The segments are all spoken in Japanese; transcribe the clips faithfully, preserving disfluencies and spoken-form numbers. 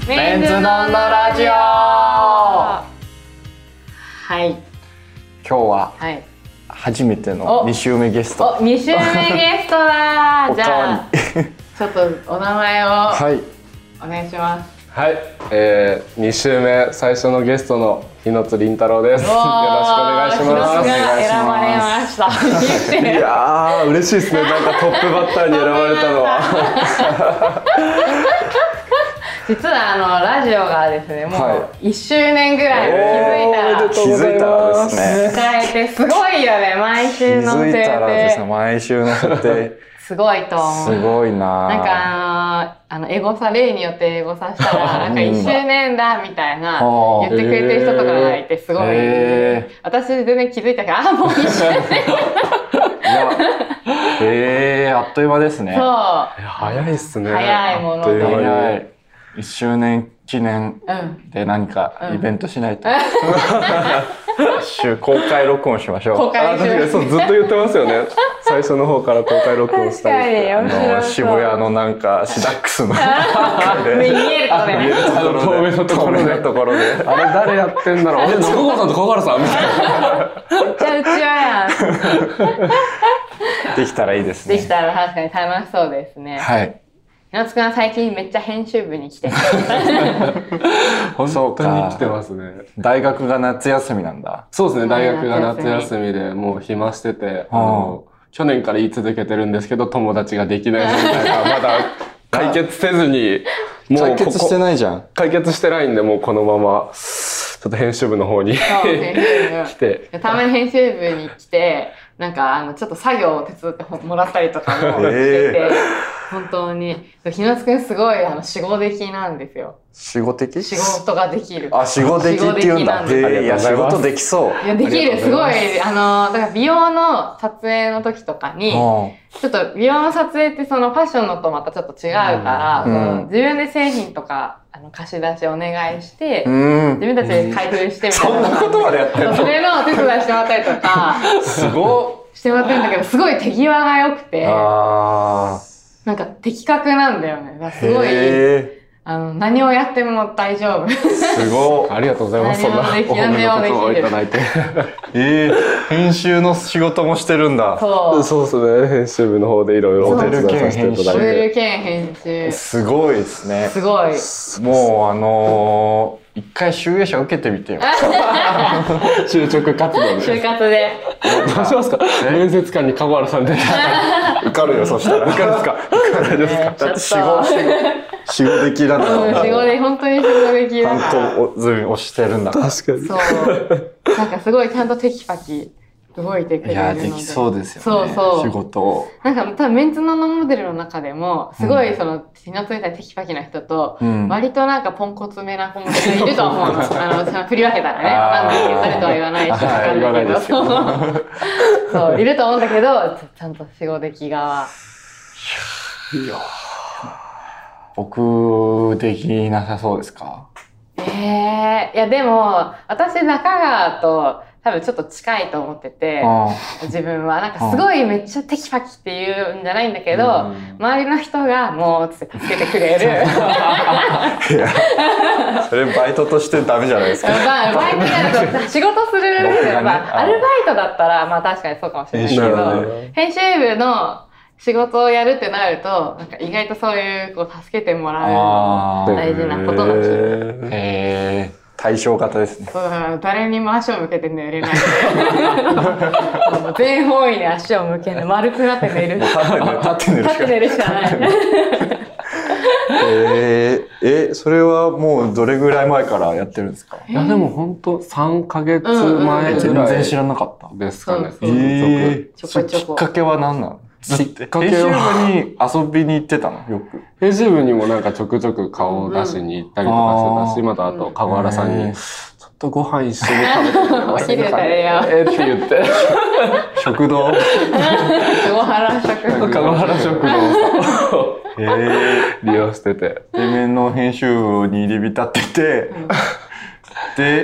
メンズノンノラジオ。はい。 今日は初めてのに週目ゲスト。 お、に週目ゲストだ。じゃあちょっとお名前をお願いします。 はい、えー、に週目最初のゲストの日野津凛太郎です。よろしくお願いします。 日野津が選ばれました。 いやー嬉しいですね。なんかトップバッターに選ばれたのは。 実はあのラジオがですね、もういっしゅうねんぐらい気づいたら気づいたらですね。 迎えてすごいよね、毎週の設定。 気づいたらですね、毎週の設定。 すごいと思う。 すごいな。 なんかあのあのエゴサ例によってエゴサしたらなんかいっしゅうねんだみたいな言ってくれてる人とかがいてすごい。私全然気づいたからあもういっしゅうねん。 えー、あっという間ですね。 そう。 早いっすね。 早いもので。 早い。いっしゅうねん記念で何かイベントしないと。週公開録音しましょう。 公開確かにそうずっと言ってますよね。最初の方から公開録音したりして。 あの渋谷のなんかシダックスの見えるところね。 遠目のところでところで。あれ誰やってんだろう。あれ中川さんと川原さんみたいな。 めっちゃうちわやん。できたらいいですね。 できたら確かに楽しそうですね。 はい。 日野津くんは最近めっちゃ編集部に来て本当に来てますね。 大学が夏休みなんだ。 そうですね、大学が夏休みでもう暇してて、あの去年から言い続けてるんですけど友達ができない問題がまだ解決せずにもう解決してないじゃん。 解決してないんでもうこのままちょっと編集部の方に来てたまに編集部に来てなんかあのちょっと作業を手伝ってもらったりとかもしてて、えー、本当に日野津くんすごいあの仕事的なんですよ。 仕事的？ 仕事ができる。 あ、仕事的って言うんだ。へえ、いや仕事できそう。 いやできる、すごいあのだから美容の撮影の時とかに、ちょっと美容の撮影ってそのファッションのとまたちょっと違うから、うん、自分で製品とかあの貸し出しお願いして、うん、自分たちで開封してみたいな。 そんなことまでやってるの？ それのお手伝いしてもらったりとか、 すごっ。 してもらってるんだけど、すごい手際が良くて、 あなんか的確なんだよね。すごい。あの何をやっても大丈夫。 すごい。ありがとうございます。そんなお褒めの言葉をいただいて。ええー、編集の仕事もしてるんだ。 そう。 そうですね。編集部の方でいろいろお手伝いさせていただいて。 モデル兼編集。 すごいですね。 すごい。 もうあのー、一回集英社受けてみてよ。 就職活動で。 就活で。 どうしますか。面接官に籠原さん出て。 受かるよ、そしたら。 受かるですか。受かるですか。 だって仕事、仕事的だったもん。仕事で、本当に仕事的だから。ちゃんとずい押してるんだ。 確かに。 そう。なんかすごいちゃんとテキパキ動いてくれるので。いや、 できそうですよね。 そうそう。 仕事を。 なんか多分メンズノンノモデルの中でも、すごいその、日野津みたいなテキパキな人と、割となんかポンコツめな子もいると思うの。あの、その振り分けたらね。わかんないけど、誰とは言わないし、わかんないけど。そう、いると思うんだけど、ちゃんと仕事的側。 いや僕できなさそうですか？ ええー、いやでも私中川と多分ちょっと近いと思ってて、自分はなんかすごいめっちゃテキパキっていうんじゃないんだけど、周りの人がもうつって助けてくれる。いやそれバイトとしてダメじゃないですか。 バイトやると仕事する上では、まあ、アルバイトだったらまあ確かにそうかもしれないけど、編集部の仕事をやるってなると、なんか意外とそういうこう助けてもらうの大事なことの気が。 へー。対象型ですね。 そうだから誰にも足を向けて寝れない。全方位に足を向けない。丸くなって寝る。 立って寝るしかない。 立って寝るしかない。 えー、え、それはもうどれぐらい前からやってるんですか？ いやでも本当三ヶ月前ぐ全らい然知らなかったですかね。 えー、ちょこちょこ。 きっかけは何なの？ きっかけ編集は部に遊びに行ってたのよく。 編集部にもなんかちょくちょく顔を出しに行ったりとかしてたし、またあと籠原さんにちょっとご飯一緒に食べてみますお昼食べようえって言って食堂籠原食堂籠原食堂をえー、 利用しててで面の編集部に入り浸ってて、で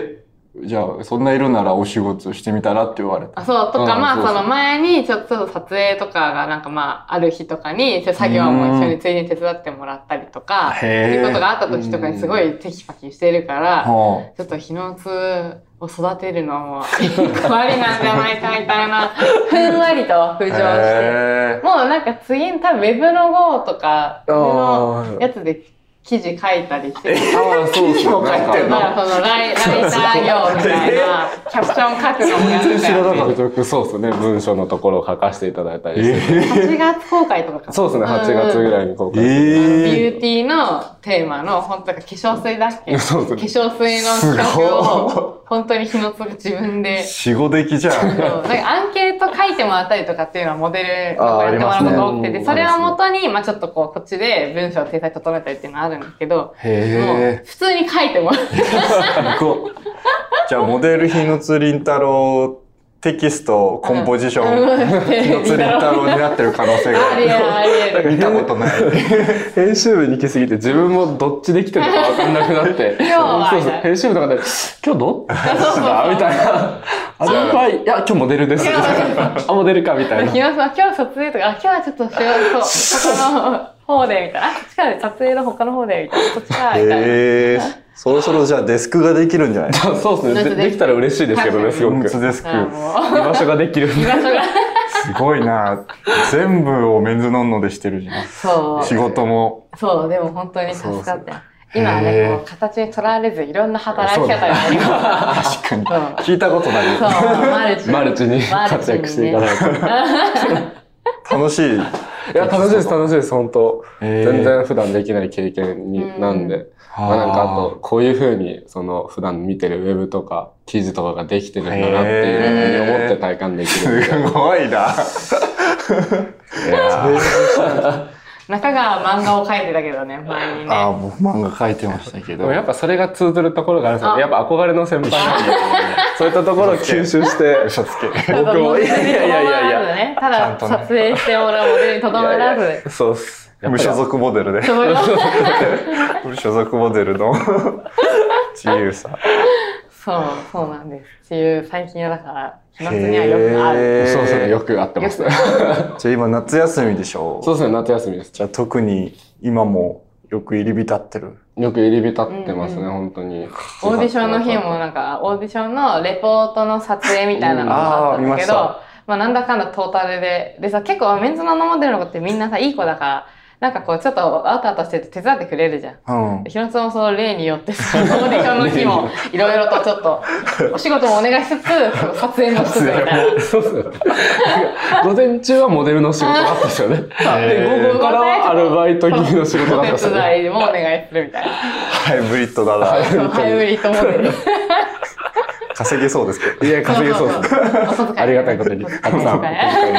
じゃあそんないるならお仕事してみたらって言われた。 あ、そうとか、まあその前にちょっと撮影とかがなんかまあある日とかに作業も一緒についでに手伝ってもらったりとかっていうことがあった時とかにすごいテキパキしてるから、ちょっと日の津を育てるのも一個ありなんじゃないかみたいなふんわりと浮上して、もうなんか次に多分ウェブの号とかウェブのやつで記事書いたりしてる。 ああ、そうそう。 だからそのライ、ライター業みたいな、キャプション書くのもやってたよね。 そうですね。文章のところを書かせていただいたりして。 はちがつ公開とかか。 そうですね。はちがつぐらいに公開して。 ビューティーのテーマの、本当化粧水だっけ？そうですね。化粧水の企画を、本当に日のつ自分で。 死後的じゃん。 なんかアンケート書いてもらったりとかっていうのはモデルがやってもらうことが多くて、それをもとに、まあちょっとこう、こっちで文章を体裁整えたりっていうのはあるんですけど、へもう普通に書いてもらう。 じゃあモデル日野津凛太郎テキストコンポジション日野津凛太郎になってる可能性がありえるありえる。 見たことない。 編集部に行きすぎて自分もどっちで来てるか分かんなくなって。 今日はそうそう。編集部とかで、今日どっちだみたいな。あ、先輩、いや、今日モデルです。あ、モデルかみたいな。 日野さん、今日撮影とか、あ、今日はちょっと仕事、他の方で、みたいな。あ、こっちから撮影の他の方で、みたいな。こっちから、みたいな。 へー。そろそろじゃあデスクができるんじゃないですか。 そうですね。できたら嬉しいですけどね、すごく。 デスク。居場所ができる。居場所が。 すごいな。全部をメンズノンノでしてるじゃん。 そう。 仕事も。 そう、でも本当に助かった。今はね、こう、形にとらわれず、いろんな働き方があります。 確かに。聞いたことない。 そう、マルチ。 マルチに活躍していかないと。楽しい。 いや、楽しいです、楽しいです、本当全然普段できない経験になんで。まあなんかあと、こういう風に、その、普段見てるウェブとか、記事とかができてるんだなっていうふうに思って体感できる。 すごいな。いや中川漫画を描いてたけどね、前にね。 ああ、僕漫画描いてましたけど。 やっぱそれが通ずるところがあるんですよ。やっぱ憧れの先輩なんで、そういったところを吸収して、 嘘つけ。 僕も、いやいやいやいやいや。 ただ撮影してもらうモデルにとどまらず。 そうっす。 無所属モデルで。無所属モデルの自由さ。 そう、そうなんです。っていう、最近はだから、日夏にはよくある。 そうですね、よくあってます。 じゃあ今夏休みでしょ？ そうですね、夏休みです。 じゃあ特に今もよく入り浸ってる？ よく入り浸ってますね、うんうん、本当に。 オーディションの日もなんか、オーディションのレポートの撮影みたいなのがあったんだけど、あまあなんだかんだトータルで、でさ、結構メンズのモデルの子ってみんなさ、いい子だから、なんかこう、ちょっとあたあたしてて手伝ってくれるじゃん。うん。ひろつもその例によってさ、オーディションの日も、いろいろとちょっと、お仕事もお願いしつつ、撮影もしつつみたいな。 そうですね。午前中はモデルの仕事だったんですよね。で、午後からはアルバイト気味の仕事だったんですよね。 お手伝いもお願いするみたいな。 ハイブリッドだな。 ハイブリッドモデル。 稼げそうですけど。 いや、稼げそうです。ありがたいことに。たくさん。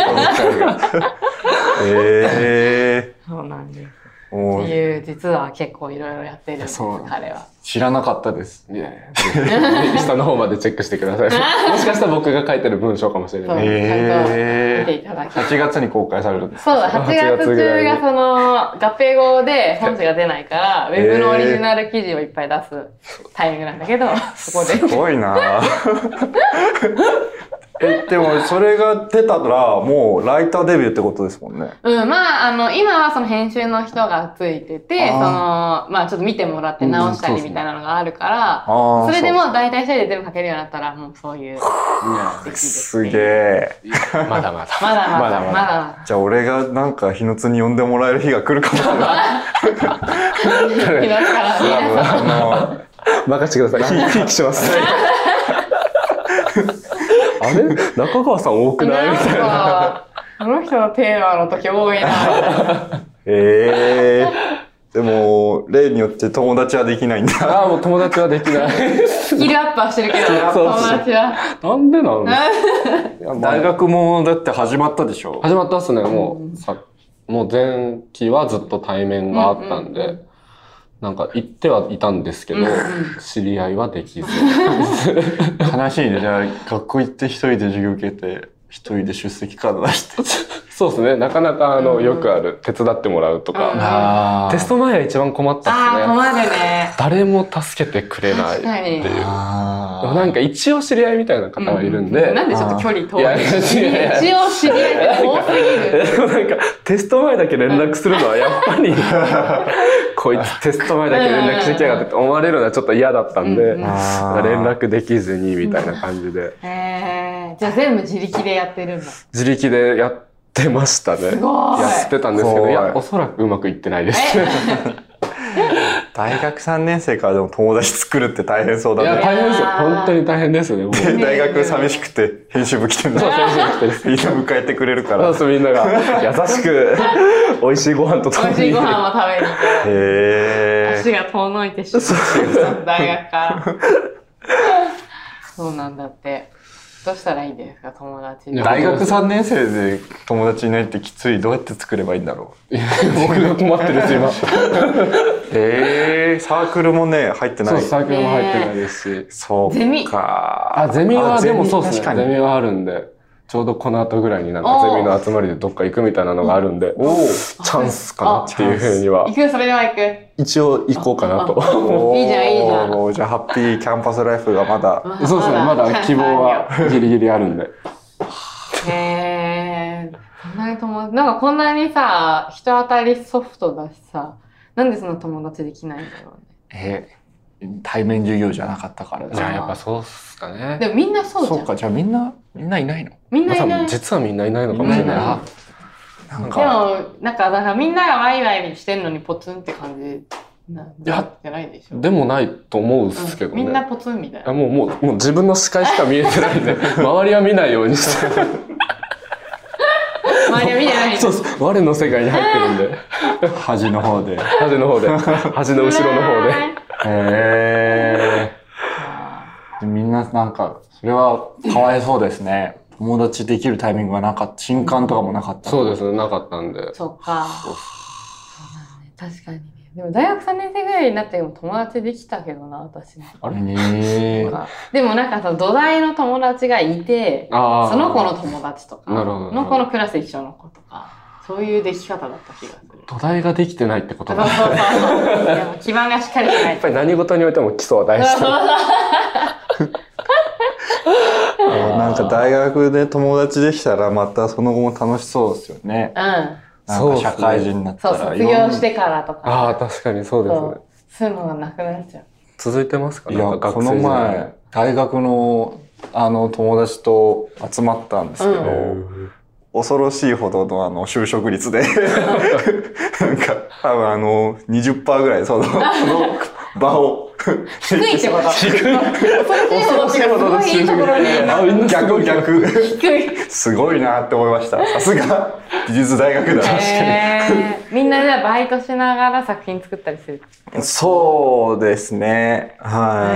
えー、そうなんです。っていう、実は結構いろいろやってるんです、彼は。 知らなかったです。 いや下の方までチェックしてください。もしかしたら僕が書いてる文章かもしれない。 えー、はちがつに公開されるんですか？そうだ、はちがつ中がその合併後で本誌が出ないから、ウェブのオリジナル記事をいっぱい出すタイミングなんだけど、そこで。 すごいなえ、でもそれが出たらもうライターデビューってことですもんね。 うん、まあ、あの、今はその編集の人がついてて、その、まあちょっと見てもらって直したりみたいなのがあるから、それでもう大体一人で全部書けるようになったら、もうそういう。 すげえ。 まだまだ。 まだまだ。まだじゃあ俺がなんか日野津に呼んでもらえる日が来るかもしれない。 日野津からね。 任せてください。ひいきします。あれ中川さん多くないみたいな。 あの人のテーマの時多いな。 ええー。でも、例によって友達はできないんだ。 ああ、もう友達はできない。 スキルアップはしてるけど、友達は。 なんでなんだ大学もだって始まったでしょ？ 始まったっすね、もう。さもう前期はずっと対面があったんで。なんか行ってはいたんですけど、うんうん、知り合いはできず。 悲しいね。じゃあ学校行って一人で授業受けて、一人で出席カード出して。 そうですね。なかなかあの、うん、よくある手伝ってもらうとか、うん、テスト前は一番困ったっすね。 ああ、困るね。 誰も助けてくれないっていう。 もなんか一応知り合いみたいな方がいるんで。 うん、なんでちょっと距離遠い？ いやいやいや一応知り合いって多すぎる。 でもなんかテスト前だけ連絡するのはやっぱりこいつテスト前だけ連絡してきやがってって思われるのはちょっと嫌だったんで、連絡できずにみたいな感じで。 へー、じゃあ全部自力でやってるんだ。 自力でやってましたね。 すごい。 やってたんですけど、いや、おそらくうまくいってないです。 大学さんねん生からでも友達作るって大変そうだね。 いや、大変ですよ。本当に大変ですよね。もうで、大学寂しくて編集部来てんだ。 そう、編集部来てみんな迎えてくれるから。 そうそう、みんなが優しく、美味しいご飯と食べに。美味しいご飯を食べに行く。 へー。 足が遠のいてしまう。大学から。そうなんだって。どうしたらいいですか、友達。 大学さんねん生で友達いないってきつい。どうやって作ればいいんだろう。 僕が困ってるんです今。 えー、サークルもね入ってない。 そう、サークルも入ってないですし。 そうゼミか。 あ、ゼミはでもそうですね。ゼミはあるんで。ちょうどこの後ぐらいになんかゼミの集まりでどっか行くみたいなのがあるんで、おチャンスかなっていうふうには。 行く、それでは行く。 一応行こうかなと。 いいじゃん、いいじゃん。 じゃあハッピーキャンパスライフがまだ。 そうですね、まだ希望はギリギリあるんで。 へー。そんなに友達、なんかこんなにさ、人当たりソフトだしさ、なんでその友達できないんだろうね。 え対面授業じゃなかったからじゃあやっぱそうっすかね。 でもみんなそうじゃん。 そうか、じゃあみんな、みんないないの？ みんないない。 実はみんないないのかもしれない。 なんかでも、なんか、だからみんながワイワイしてんのにポツンって感じなんじゃないでしょ。 でもないと思うんですけどね。 みんなポツンみたいな。 もう、もう、もう自分の視界しか見えてないんで、周りは見ないようにして。 周りは見てないんそうそう、我の世界に入ってるんで。 端の方で。 端の方で。端の後ろの方で。 へー。みんななんか、それはかわいそうですね。友達できるタイミングがなかった。新刊とかもなかった。 そうですね、なかったんで。 そっか。そうだね、確かにね。でも大学さんねん生ぐらいになっても友達できたけどな、私ね。 あれねでもなんかさ、土台の友達がいて、その子の友達とか、 なるほどその子のクラス一緒の子とか、そういう出来方だった気がする。 土台ができてないってことだ。 そうそうそう。でも基盤がしっかりしてない。 やっぱり何事においても基礎は大事だ。 なんか大学で友達できたらまたその後も楽しそうですよね。 うん。 なんか社会人になったら。 そう、卒業してからとか。 ああ、確かにそうですね。 そういうのがなくなっちゃう。 続いてますかね。 いや、この前、大学のあの友達と集まったんですけど、恐ろしいほどのあの就職率で、なんか多分あのにじゅっパーセントぐらいその、その場を、 低いってこと低い。恐ろしいほどの就職率に。 逆逆。 低い。 すごいなって思いました。さすが美術大学だ。 みんなじゃあバイトしながら作品作ったりする。 そうですね。はい。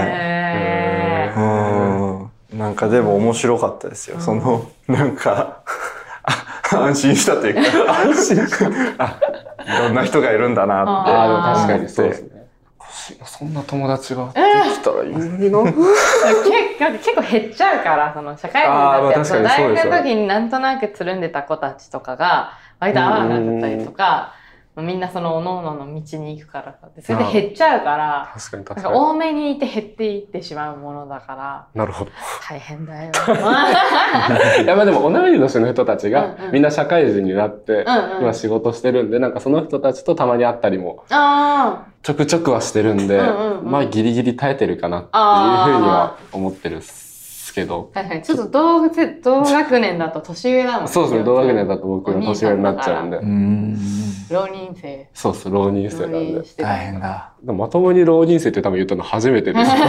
うん。なんかでも面白かったですよ。その、なんか、安心したというか、安心した。あ、いろんな人がいるんだなって。 ああ、でも確かにそうですね。そんな友達ができたらいいのにな。結構減っちゃうから、その社会人だって、その大学の時になんとなくつるんでた子たちとかが、割と合わなかったりとか、みんなその各々の道に行くからさ、それで減っちゃうから、 確かに確かに。 多めにいて減っていってしまうものだから、 なるほど。 大変だよ。 いや、まあでも同い年の人たちがみんな社会人になって、今仕事してるんで、なんかその人たちとたまに会ったりも、ちょくちょくはしてるんで、まあギリギリ耐えてるかなっていうふうには思ってるっすけど。 確かに、ちょっと同、同学年だと年上だもんね。 そうですね、同学年だと僕が年上になっちゃうんで。 浪人生。 そうそう、浪人生なんで。 大変だ。 でもまともに浪人生って多分言ったの初めてです。なんか、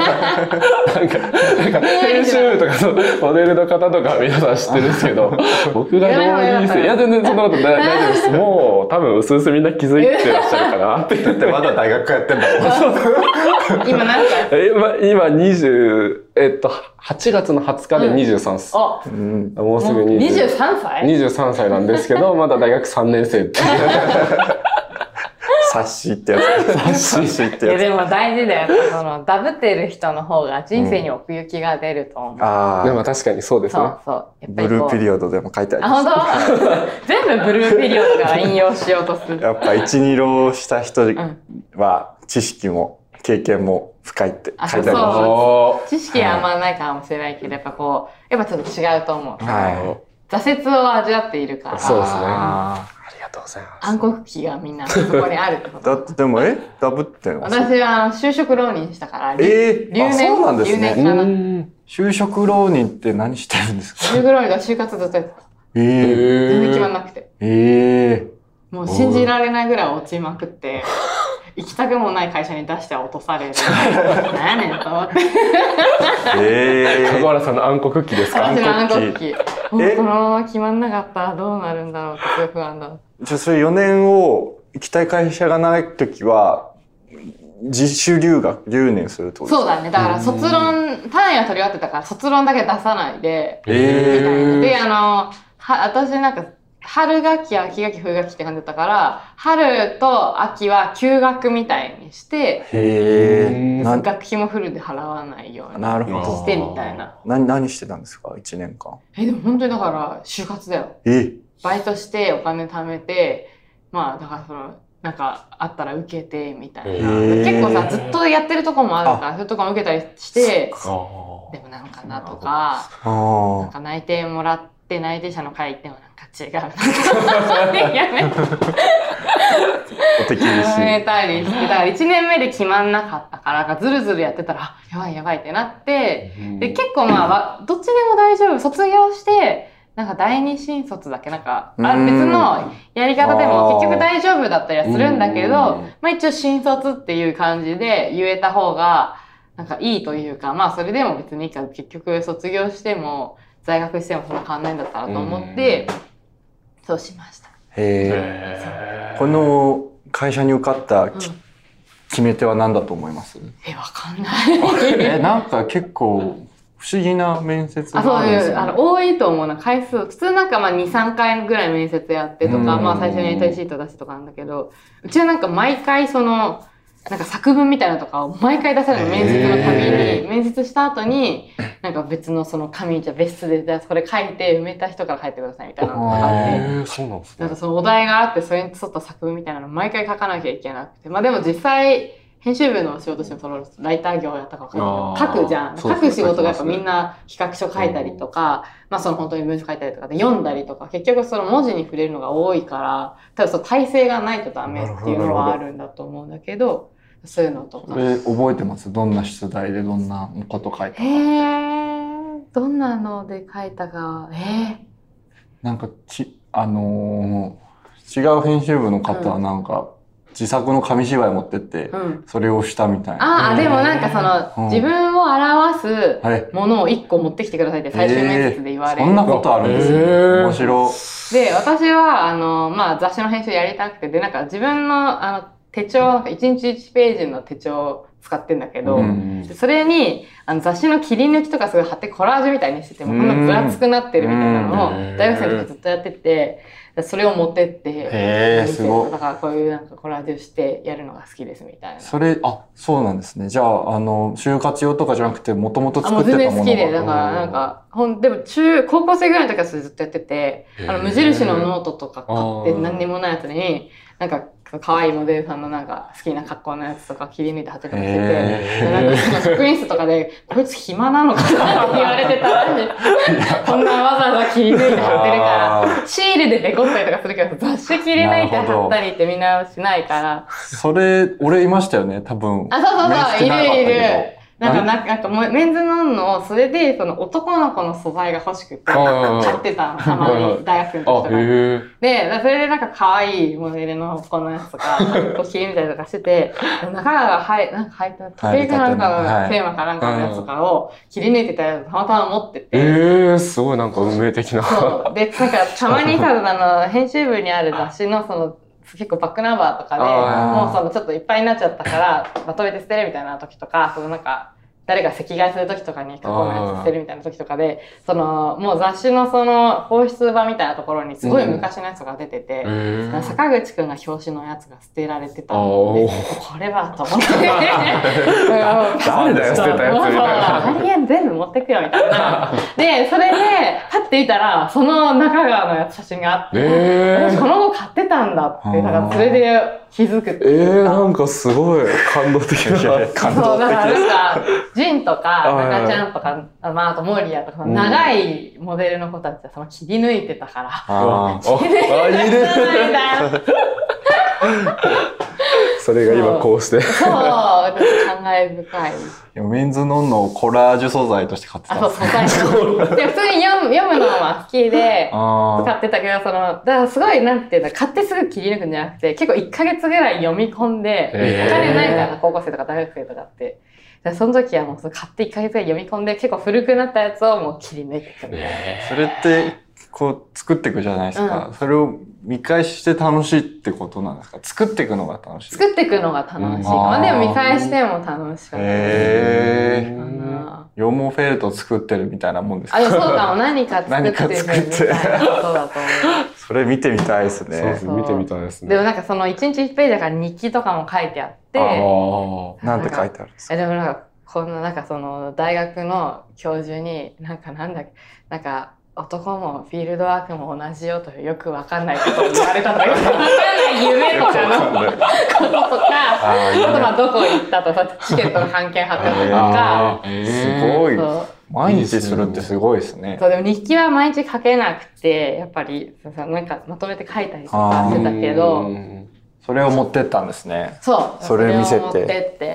なんか、編集部とかのモデルの方とか皆さん知ってるんですけど、僕が浪人生、いや全然そんなこと大丈夫です。もう多分薄々みんな気づいてらっしゃるかなって。 だってまだ大学やってんだもん。今何歳？ 今、今にじゅう、えっと、はちがつのはつかでにじゅうさんっす。 あ、 もうすぐにじゅうさんさい ?にじゅうさんさいなんですけど、まだ大学さんねん生って。 察しってやつ。察しってやつ。 いやでも大事だよ。そのダブってる人の方が人生に奥行きが出ると思う。 ああ。でも確かにそうですね。 そうそう。 ブルーピリオドでも書いてあります。 あ、本当？全部ブルーピリオドから引用しようとする。 やっぱ一二浪した人は知識も経験も深いって書いてある。 ります。 そう。知識はあんまないかもしれないけど、やっぱこう、やっぱちょっと違うと思う。はい。挫折を味わっているから。 そうですね。ありがとうございます。 暗黒期がみんなそこにあるってこと。 だってでも、えダブってんの？ 私は就職浪人したから、 えー、あ、そうなんですね。 留年かな。 就職浪人って何してるんですか？ 就職浪人が就活ずっとやってた。 えー、 全然決まんなくて。 えー、もう信じられないぐらい落ちまくって、行きたくもない会社に出しては落とされる。何やねんと思って。 えー、 香原さんの暗黒期ですか？ 私の暗黒期。もうこのまま決まんなかったらどうなるんだろうってすごい不安だ。 じゃあそれよねんを行きたい会社がないときは、自主留学、留年するってことですか？ そうだね。だから卒論、単位は取り終わってたから卒論だけ出さないで、 えー、 みたいな。で、あの、は、私なんか、春学期、秋学期、冬学期って感じだったから、春と秋は休学みたいにして、 へー学費もフルで払わないようにしてみたいな。 何、何してたんですか？いちねんかん。 え、でも本当にだから就活だよ。 えバイトしてお金貯めて、まあだからその、なんかあったら受けてみたいな。結構さ、ずっとやってるとこもあるから、そういうとこも受けたりして、でもなんかなとか、なんか内定もらって内定者の会行ってもなんか違う。やめお手厳しい。 やめたりして、だからいちねんめで決まんなかったから、ずるずるやってたら、やばいやばいってなって、で、結構まあ、どっちでも大丈夫。卒業して、なんか第二新卒だっけなんか、あ別のやり方でも結局大丈夫だったりはするんだけど、まあ一応新卒っていう感じで言えた方が、なんかいいというか、まあそれでも別にいいから結局卒業しても、在学してもそんな変わんないんだったらと思って、そうしました。 へー。この会社に受かった、うん、決め手は何だと思います？ え、わかんない。 え、なんか結構、不思議な面接があるんですよね。 あ、そういう、あの、多いと思うな、回数。普通なんかまあに、さんかいぐらい面接やってとか、まあ最初にやりたいシート出してとかなんだけど、うちはなんか毎回その、なんか作文みたいなのとかを毎回出されるの、面接のたびに、面接した後に、なんか別のその紙、じゃ別室で、じゃあそれ書いて埋めた人から書いてくださいみたいなのがあって、 へー、そうなんですね。 なんかそのお題があって、それに沿った作文みたいなのを毎回書かなきゃいけなくて、まあでも実際、編集部の仕事してもそのライター業やったか分かんないけど、書くじゃん。書く仕事がやっぱみんな企画書書いたりとか、まあその本当に文章書いたりとかで読んだりとか、結局その文字に触れるのが多いから、ただその体制がないとダメっていうのはあるんだと思うんだけど、そういうのとか。 え、覚えてます？どんな出題でどんなこと書いたか。 へー、どんなので書いたか、えー、 なんかち、あのー、違う編集部の方はなんか、うん自作の紙芝居持ってって、うん、それをしたみたいな。 ああ、でもなんかその、うん、自分を表すものを一個持ってきてくださいって最終面接で言われる。 そんなことあるんですよ。面白。 で、私は、あの、まあ雑誌の編集やりたくて、で、なんか自分の、あの、手帳、いちにちいちページの手帳を使ってんだけど、うん、それに、あの雑誌の切り抜きとかすごい貼ってコラージュみたいにしてて、もうこんな分厚くなってるみたいなのを、大学生の時ずっとやってて、それを持ってって、 へー、すごい。 だからこういうなんかコラージュしてやるのが好きですみたいな。 それ、あ、そうなんですね。じゃあ、あの、就活用とかじゃなくて、もともと作ってたものが。 あ、もう全然好きで、だからなんか、ほん、でも中、高校生ぐらいの時はそれずっとやってて、あの、無印のノートとか買って何にもないやつに、なんか、可愛いモデルさんのなんか好きな格好のやつとか切り抜いて貼ってたりしてて、なんかその職員室とかで、こいつ暇なのかなって言われてたらしい。こんなわざわざ切り抜いて貼ってるから、シールでデコったりとかするけど、雑誌切り抜いて貼ったりってみんなしないから。 それ、俺いましたよね、多分。 あ、そうそうそう、いるいる。なんか、なんか、メンズノンノを、それで、その男の子の素材が欲しくて、買ってたの、たまに、大学生の時とか。で、それでなんか可愛いモデルの子のやつとか、こう切り見たりとかしてて、中川が入、なんか入って、時計かなんかがテーマかなんかのやつとかを切り抜いてたやつたまたま持ってて。 えー、すごいなんか運命的な。 そう。で、なんか、たまにさ、あの、編集部にある雑誌のその、結構バックナンバーとかで、もうそのちょっといっぱいになっちゃったから、まとめて捨てるみたいな時とか、そのなんか、誰か席替えする時とかに過去のやつ捨てるみたいな時とかで、その、もう雑誌のその、放出場みたいなところにすごい昔のやつが出てて、うん、坂口くんが表紙のやつが捨てられてたので、これはと思って。 誰だよ、捨てたやつみたいな。 ありえん全部持ってくよ、みたいな。で、それで、パッて見たら、その中川のやつ写真があって、私この後買ってたんだって、だからそれで気づくっていうか。 えー、なんかすごい感動的な。 感動的。 そう、だからなんか、ジンとか、中ちゃんとか、まああとモリアとか、長いモデルの子たちはその切り抜いてたから。 ああ、いるそれが今こうして。 そう、私感慨深い。 メンズノンノをコラージュ素材として買ってたんですね。 あ、そう、素材。で、普通に読む、読むのは好きで、使ってたけど、その、だからすごい、なんていうの、買ってすぐ切り抜くんじゃなくて、結構いっかげつぐらい読み込んで、お金ないから高校生とか大学生とかって。その時はもう買っていっかげつぐらい読み込んで、結構古くなったやつをもう切り抜いてくる。 それって、こう作っていくじゃないですか、うん、それを見返して楽しいってことなんですか？作っていくのが楽しい？ 作っていくのが楽しい。うん、まあでも見返しても楽しかった。 へー。羊毛フェルト作ってるみたいなもんですか？ あ、そうかも。何か作ってるみたいなことだと思う。 それ見てみたいですね。 そうそう、見てみたいですね。 でもなんかそのいちにちいちページだから日記とかも書いてあって、 あ、なんて書いてあるんですか？ でもなんかこんななんかその大学の教授になんかなんだっけ、なんか男もフィールドワークも同じよとよくわかんないことを言われたとか、よくわかんない夢とかのこととか、あとまあどこ行ったとか、チケットの半券貼ったとか、 すごい。毎日するってすごいですね。 そう、でも日記は毎日書けなくて、やっぱりなんかまとめて書いたりとかしてたけど、 それを持ってったんですね。 そう。 それ見せて。 持ってって。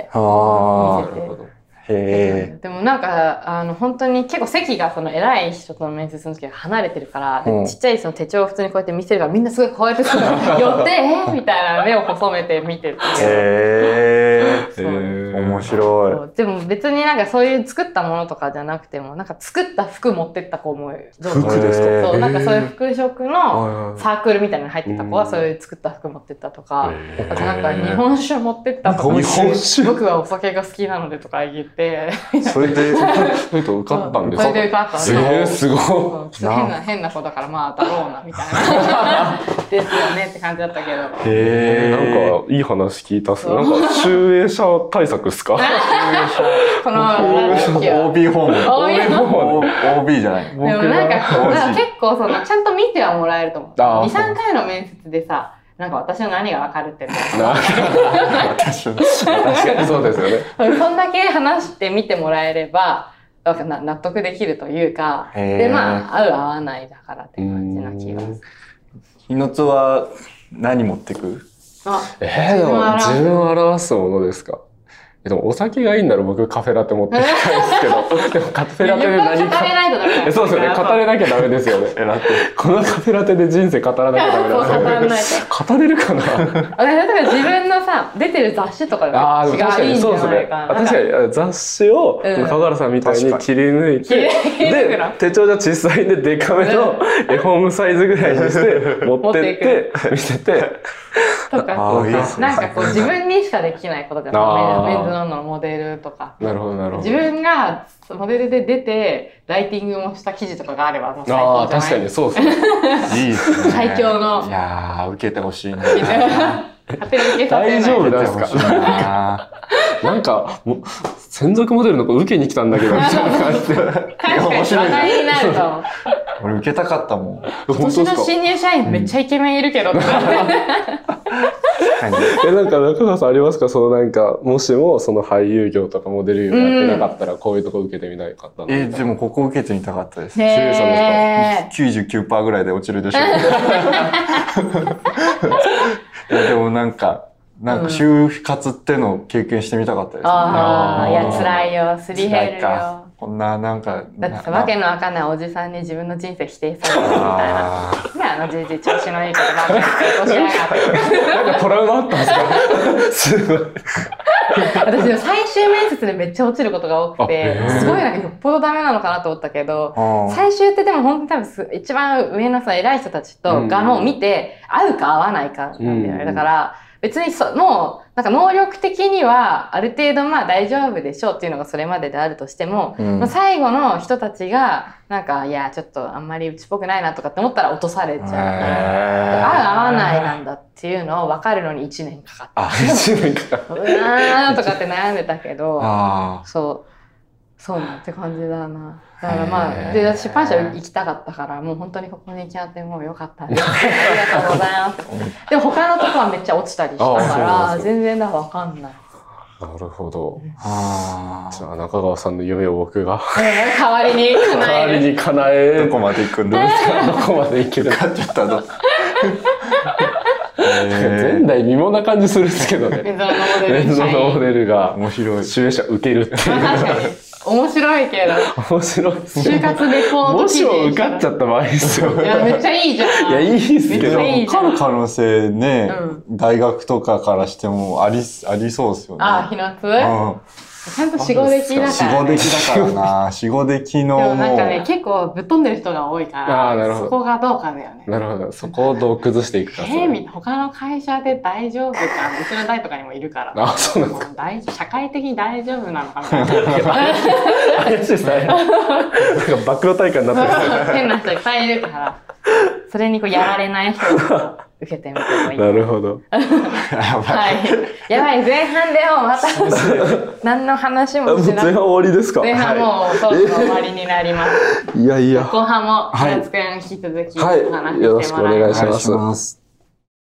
ああ、 なるほど。 へえ。 でもなんか、あの、本当に結構席がその偉い人との面接の時は離れてるから、うん、ちっちゃいその手帳を普通にこうやって見せるからみんなすごいこうやって寄って、えー、みたいな目を細めて見てる。 へえ。面白い。でも別になんかそういう作ったものとかじゃなくても、なんか作った服持ってった子も、 服ですか？ そう、なんかそういう服飾のサークルみたいなのに入ってた子はそういう作った服持ってったとか、あとなんか日本酒持ってったとか、 日本酒僕はお酒が好きなのでとか言って、 それで、 それと受かったんですか？ それで受かったんです。 えー、すごい。 変な、変な子だからまあだろうな、みたいな。ですよねって感じだったけど。 へー。なんかいい話聞いたっすね。なんか集英社対策っすか？ このラジオオービー ホーム。 オービー ホーム。 オービー じゃない。 でもなんか結構そのちゃんと見てはもらえると思う。に、さんかいの面接でさ、なんか私の何がわかるって確かにそうですよね。 そんだけ話してみてもらえれば、納得できるというか、でまあ合う合わないだからって感じな気がする。 日野津は何持ってく？ あ、 えー、でも自分を表すものですか？でもお酒がいいんなら僕カフェラテ持ってきたいですけど、でもカフェラテで何か。語れないとダメだよ。そうですよね。語れなきゃダメですよね。このカフェラテで人生語らなきゃダメなんですよ。語れるかな？ あれ、だから自分のさ、出てる雑誌とかが違ういいんじゃないかな。 確かに雑誌を川原さんみたいに切り抜いて、で、手帳じゃ小さいんでデカめの絵本サイズぐらいにして持ってって見せて、 とか、なんかこう自分にしかできないことじゃない。メンズノンノのモデルとか。 なるほど、なるほど。 自分がモデルで出て、ライティングもした記事とかがあれば、もう最高じゃない？ああ、 確かにそうですね。 いいですね。 最強の。 いやー、受けてほしいな。 勝手に受けさせない。 大丈夫ですか？なんか、もう、専属モデルの子受けに来たんだけど、みたいな感じで。 確かに話題になると。 俺受けたかったもん。 今年の新入社員めっちゃイケメンいるけど。 え、なんか中川さんありますか？そのなんか、もしもその俳優業とかモデル業やってなかったらこういうとこ受けてみたかったの？ え、でもここ受けてみたかったです。 へー。 さんですか？きゅうじゅうきゅうパーセント ぐらいで落ちるでしょう。でもなんか、なんか就活ってのを経験してみたかったですね。 ああ、いや辛いよ、すり減るよ。 こんななんかだってさ、わけのわかんないおじさんに自分の人生否定されるみたいな。ね、あのじじい調子のいいことばっかり成功しやがって。 なんかトラウマあったんですか？すごい。 私最終面接でめっちゃ落ちることが多くて、すごいなんかよっぽどダメなのかなと思ったけど、最終ってでも本当に多分一番上のさ偉い人たちとがもう見て合うか合わないかなんだよね。だから別にそもうなんか能力的にはある程度まあ大丈夫でしょうっていうのがそれまでであるとしても、うん、まあ最後の人たちがなんかいやちょっとあんまりうちっぽくないなとかって思ったら落とされちゃうから、合う合わないなんだっていうのを分かるのにいちねんかかった。 あ、いちねんかかった。 うわーとかって悩んでたけど、そうそうなんて感じだな。だからまあ、で、出版社行きたかったから、もう本当にここに行き合ってもうよかったです。ありがとうございます。 めっでも他のとこはめっちゃ落ちたりしたから全然だわかんない。 なるほど。 あじゃあ中川さんの夢を僕が代わりに叶代わえる。 りに叶えどこまで行くんだどこまでいけるかって言ったら前代未聞な感じするんですけどね。 メンズノのモデルメンズノのモデルが面白い。 集英社受けるっていう。 確かに面白いけど面白いですね。 就活レポートもし記事も受かっちゃった場合ですよ。 いやめっちゃいいじゃん。 いやいいですけど。 めっちゃいい受かる可能性ね、 う大学とかからしてもありありそうですよね。 あ、日夏うんちゃんと死後歴だ死から、ね。 後的だからな。死後的のでももう。 なんかね、結構ぶっ飛んでる人が多いかあーなるほどら、そこがどうかだよね。 なるほど。そこをどう崩していくか。 えー、み他の会社で大丈夫かうちの代とかにもいるから。 あ、そうなんですか。 大社会的に大丈夫なのかな怪しいですね。なんか暴露大会になってる。 変な人いっぱいいるから、それにこうやられない人を受けてみてもいい。 なるほど。 やばい。 はい。やばい、前半でもまた何の話もしなくて。 前半終わりですか。 前半もうそろそろ終わりになります。 いやいや。 後半も、 はい夏くん引き続きおはい話ししてもらいます。 よろしくお願いしお願いますします。